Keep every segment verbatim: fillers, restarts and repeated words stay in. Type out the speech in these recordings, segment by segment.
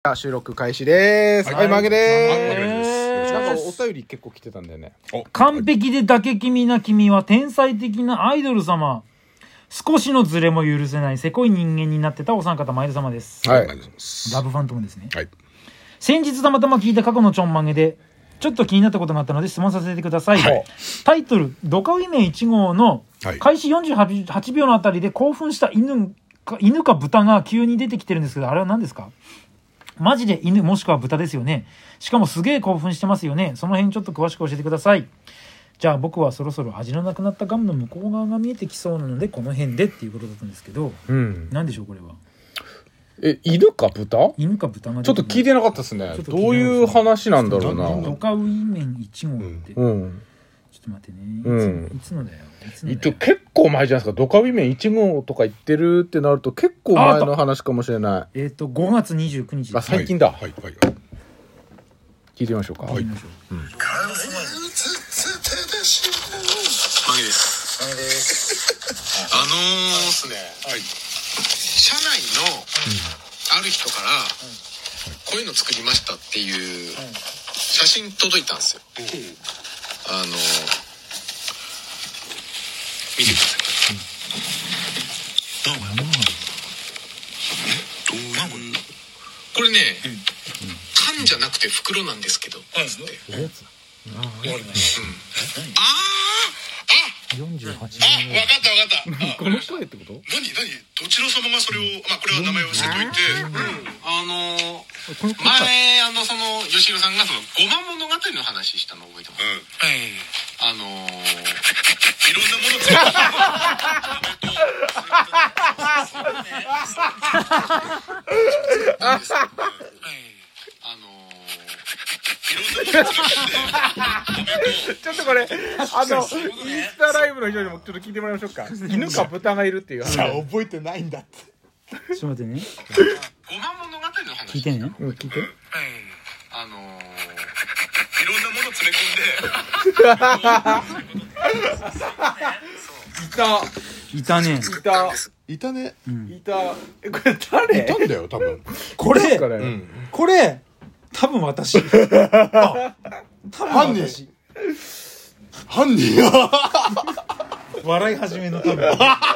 収録開始です。はい、曲げでーす。なんかお便り結構来てたんだよね。 完璧でだけ君な君は天才的なアイドル様。少しのズレも許せないせこい人間になってたお三方前田様です。 はい。 ラブファントムですね。 はい。 先日たまたま聞いた過去のちょんまげで、ちょっと気になったことがあったので質問させてください。はい、タイトル、ドカウィメンいち号の開始よんじゅうはちびょうのあたりで興奮した犬か、犬か豚が急に出てきてるんですけど、あれは何ですか？マジで犬もしくは豚ですよね。しかもすげえ興奮してますよね。その辺ちょっと詳しく教えてください。じゃあ僕はそろそろ味のなくなったガムの向こう側が見えてきそうなのでこの辺でっていうことだったんですけど、うん、何でしょうこれは。 え、犬か豚？ 犬か豚がちょっと聞いてなかったですね。どういう話なんだろうな。 ドカウィメンいち号って、うん、ちょっと待ってね、うん、いつのだよ。 一応結構前じゃないですか。ドカウィメンいち号とか言ってるってなると結構前の話かもしれない。 えっ、ー、とごがつにじゅうくにちです。 あ、最近だ。 はいはいはい、 聞いてみましょうか。 はい。聞いてみましょう。うん、マギです。マギです。あのーですね、はい、社内のある人から、うん、こういうの作りましたっていう写真届いたんですよ。うん、あのー見てください。どういうこれね、缶じゃなくて袋なんですけど。ああ、 よんじゅうはちあ、わかったわかった。 この声ってこと？ 何何どちら様がそれを、まあこれは名前を伏せといて、あの前あのその吉野さんがそのごま物語の話したの覚えてます？あのいろんなもの作ってあのちょっとこれあのインスタライブの人にもちょっと聞いてもらいましょうか。犬か豚がいるっていう話。 じゃあ覚えてないんだって。 ちょっと待ってね。 ごま物語の話聞いてね。 うん、聞いて。 あのいろんなもの詰め込んでいたいたね。 いたいたね。 いた。え、これ誰？ いたんだよ多分。 これ、 ね、 うん、これ多分私。あ、多分私。 犯人や。 笑い始めの多分。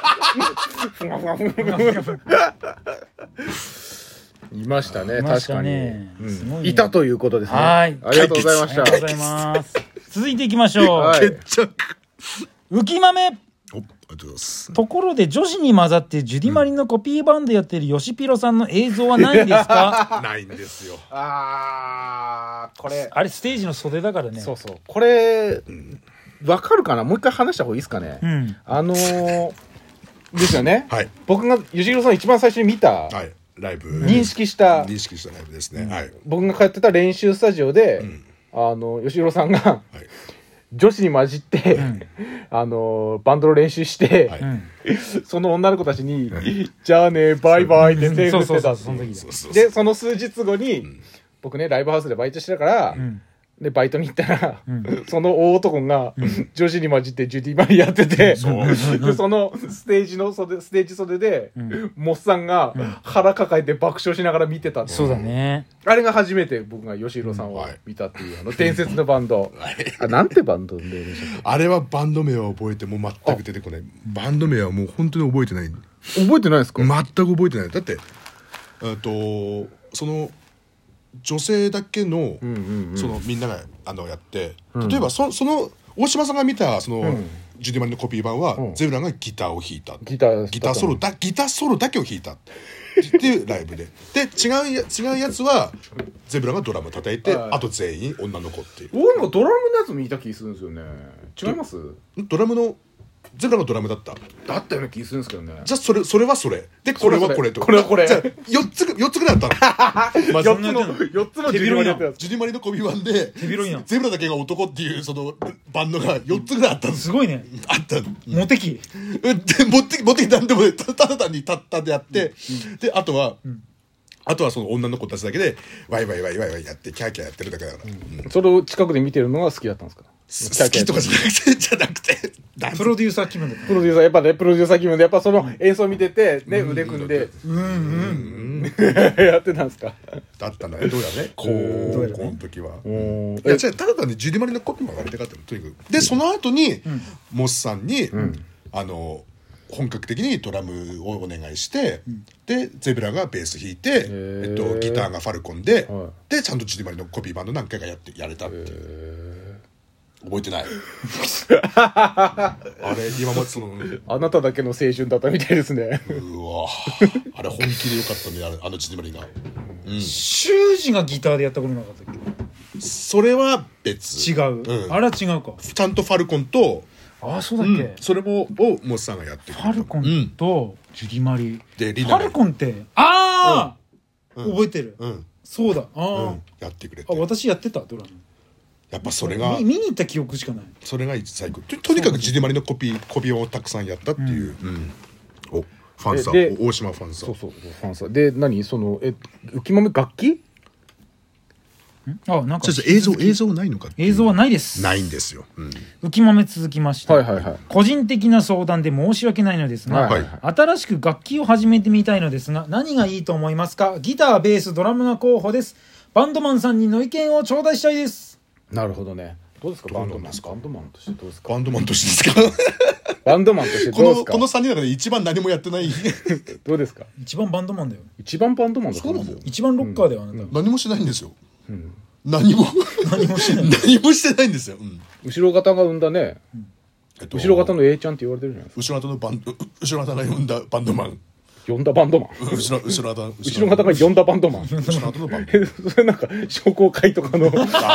いましたね、確かに、うんね、 いたということですね。 はい、 ありがとうございました。 ありがとうございます。続いていきましょう。はい、浮き豆。ところで女子に混ざってジュディマリのコピーバンドやってるヨシピロさんの映像はないんですか？ ないんですよ。 あー、これあれステージの袖だからね。 そうそう、これわかるかな。もう一回話した方がいいですかね。うん、あのー、ですよね、はい、僕がヨシピロさん一番最初に見た、はい、 ライブ認識した認識したライブですね、うん、はい、 僕が通ってた練習スタジオで、うん、あのヨシピロさんが、はい、女子に混じって、うん、あのバンドの練習して、はい、その女の子たちに、はい、じゃあねバイバイって手振ってたんです。でその数日後に、うん、僕ねライブハウスでバイトしてたから、うん、でバイトに行ったら、うん、その大男が、うん、女子に混じってジュディマリやってて、うん、でそのステージの袖ステージ袖で、うん、モッさんが腹抱えて爆笑しながら見てた、うん、 そうだね。 あれが初めて僕がヨシヒロさんを見たっていう、うん、あの伝説のバンド、あ、なんてバンドであれはバンド名は覚えても全く出てこない。バンド名はもう本当に覚えてない。 覚えてないですか？ 全く覚えてない。だってあとその女性だけの、うんうんうん、そのみんながあのやって、うん、例えば そ, その大島さんが見たその、うん、ジュディマリのコピー版は、うん、ゼブラがギターを弾いた、 ギターギターソロだギターソロだけを弾いたっていうライブでで違うや違うやつはゼブラがドラム叩いて、はい、あと全員女の子っていう。 俺もドラムのやつ見た気するんですよね。違います？ ドラムのゼブラがドラムだっただったような気するんですけどね。 じゃあそれそれはそれでこれはこれとこれはこれじゃあよっつよっつぐらいあったの。 まあ、よっつのよっつのジュディマリやったやつ。 ジュディマリのコピー版でゼブラだけが男っていうそのバンドがよっつぐらいあったんです。 すごいね。 あった。 モテ期。 でモテ期モテ期なんでもねただ単にたったでやって、うん、であとは、うん、あとはその女の子たちだけでワイワイワイワイワイやってキャーキャーやってるだけだから、 うんうん、それを近くで見てるのが好きだったんですか？ 好きとかじゃなくてじゃなくてプロデューサー気分でプロデューサーやっぱねプロデューサー気分でやっぱその演奏見ててね、うん、腕組んでうんうんやってたんですかだったんだねどうやね高校の時は、ね、いや違うただ単にジュディマリのコピーもやりたかったのとにかくでその後に、うん、モスさんに、うん、あの本格的にドラムをお願いして、うん、でゼブラがベース弾いて、えっと、ギターがファルコンで、はい、でちゃんとジュディマリのコピーバンド何回かやってやれたっていう覚えてないあれ今までそのあなただけの青春だったみたいですねうわあれ本気でよかったねあれあのジュディマリが、 うん、修二がギターでやったことなかったっけそれは別違う、うん、あれは違うかちゃんとファルコンとああそうだっけ、うん、 それもをモスさんがやってるファルコンとジュディマリ、でリナファルコンってああ、うん、覚えてる、うん、そうだああ、うん、 やってくれてあ私やってたドラムやっぱそれが見, 見に行った記憶しかないそれが最高 と, とにかくジュディマリのコピーコピーをたくさんやったっていう、うんうん、おファンサー大島ファンサーそうそうファンサーで何そのえ浮豆楽器あなんか映像映像ないのか映像はないですないんですよ、うん、 浮豆続きまして、 はいはいはい、 個人的な相談で申し訳ないのですが、はいはいはい、新しく楽器を始めてみたいのですが何がいいと思いますかギターベースドラムが候補ですバンドマンさんにの意見を頂戴したいですなるほどねどうですかバンドマンバンドマンとしてどうですかバンドマンとしてですかバンドマンとしてどうですかこの、このさんにんの中で一番何もやってないどうですか一番バンドマンだよ一番バンドマンだと思うんですよ一番ロッカーだよ、うん、あなた、 うん、何もしないんですよ、うん何も何もしてない何もしてないんですよ、うん、 後ろ方が生んだね、うんえっと、後ろ方の A ちゃんって言われてるじゃないですか後ろ方のバンド後ろ方が呼んだバンドマン呼んだバンドマン後ろ後ろ方後ろ方が呼んだバンドマン後ろ方のバンドマンそれなんか商工会とかの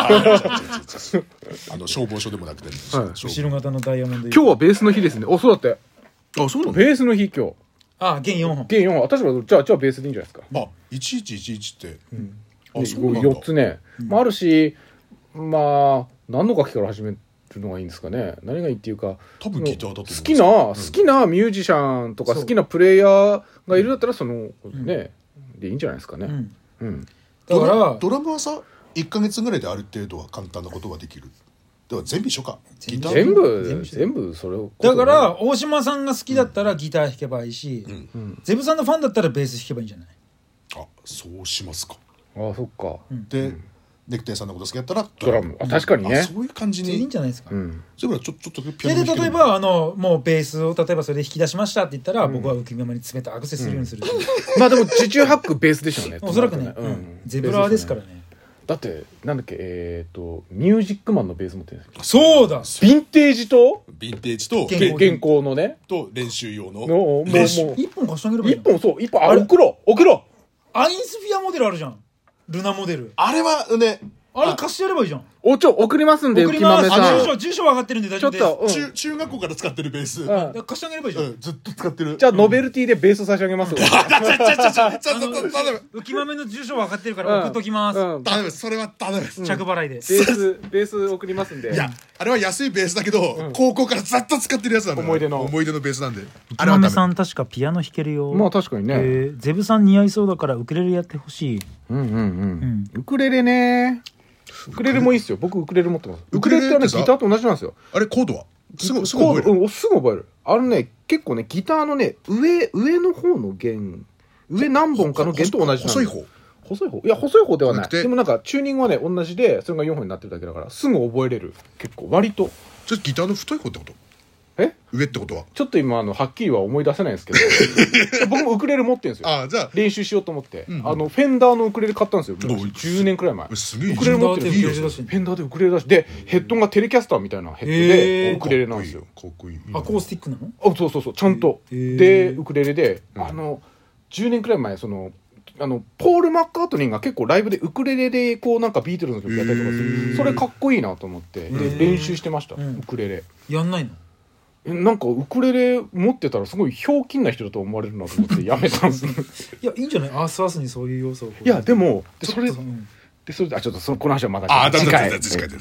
あの消防署でもなくて、 はい、後ろ方のダイヤモンド今日はベースの日ですねおそうだってあそうなのベースの日今日あ弦よんほん弦よんほん私はじゃあじゃあベースでいいんじゃないですかあいちいちいちいちって、うんあそうなんだよっつね、うんまあ、あるしまあ何の楽器から始めるのがいいんですかね何がいいっていうか多分ギターだと思う好きな、うん、好きなミュージシャンとか好きなプレイヤーがいるだったらその、うん、ねでいいんじゃないですかね、うんうん、 だからドラムはさいっかげつぐらいである程度は簡単なことができるだから全部一緒かギター全部全部全部それをだから大島さんが好きだったらギター弾けばいいし、うんうん、ゼブさんのファンだったらベース弾けばいいんじゃないあそうしますかあそっか、 うん、で、うんネクタイさんのこと好きやったらドラムあ確かにねそういう感じにいいんじゃないですか、うん、 そういうのちょちょっとピアノで例えばあのもうベースを例えばそれで弾き出しましたって言ったら、うん、僕は浮き山に冷たいアクセスするようにする、 うん、まあでも受注ハックベースでしょうねおそらくね、うん、ゼブラーですからねだってなんだっけえっ、ー、とミュージックマンのベース持ってるんですよそうだヴィンテージとヴィンテージと現行のねと練習用のもう一本貸してあげればいい一本そう一本あ送ろう送ろうアインスフィアモデルあるじゃんルナモデルあれはねあれ貸してやればいいじゃんおちょ送りますんで送ります住所住所分かってるんで大丈夫ですちょっと、うん、 中, 中学校から使ってるベース、 うん、貸してあげればいいじゃん、 うん、ずっと使ってるじゃあノベルティでベース差し上げますちょちょちょちょちょちょ浮豆の住所分かってるから送っときます、 うんうん、ダメですそれはダメです、 うん、着払いでベースベース送りますんでいやあれは安いベースだけど、うん、高校からずっと使ってるやつなんで思い出の思い出のベースなんで浮豆さん確かピアノ弾けるよまあ確かにね、えー、ゼブさん似合いそうだからウクレレやってほしいうんうんうん、うん、ウクレレねウクレレもいいっすよ僕ウクレレ持ってますウクレレってねギターと同じなんですよあれコードはすぐすぐ覚える、うん、すぐ覚えるあのね結構ねギターのね上上の方の弦上何本かの弦と同じなんです細い方細い方いや細い方ではないでもなんかチューニングはね同じでそれがよんほんになってるだけだからすぐ覚えれる結構割とちょっとギターの太い方ってことえ上ってことはちょっと今あのはっきりは思い出せないんですけど僕もウクレレ持ってるんですよあじゃあ練習しようと思って、うんうん、あのフェンダーのウクレレ買ったんですよじゅうねんくらい前すげえウクレレ持ってるんですよフェンダーでウクレレ出しでヘッドがテレキャスターみたいなヘッドでウクレレなんですよかっこいいアコースティックなのあそうそうそうちゃんとでウクレレであのじゅうねんくらい前そのあのポール・マッカートニーが結構ライブでウクレレでこうなんかビートルズの曲やったりとかするそれかっこいいなと思ってで練習してました、うん、ウクレレやんないのなんかウクレレ持ってたらすごいひょうきんな人だと思われるなと思ってやめたんですいやいいんじゃないアースアースにそういう要素をいやでもでそれでそれであちょっとそのこの話はまだ次回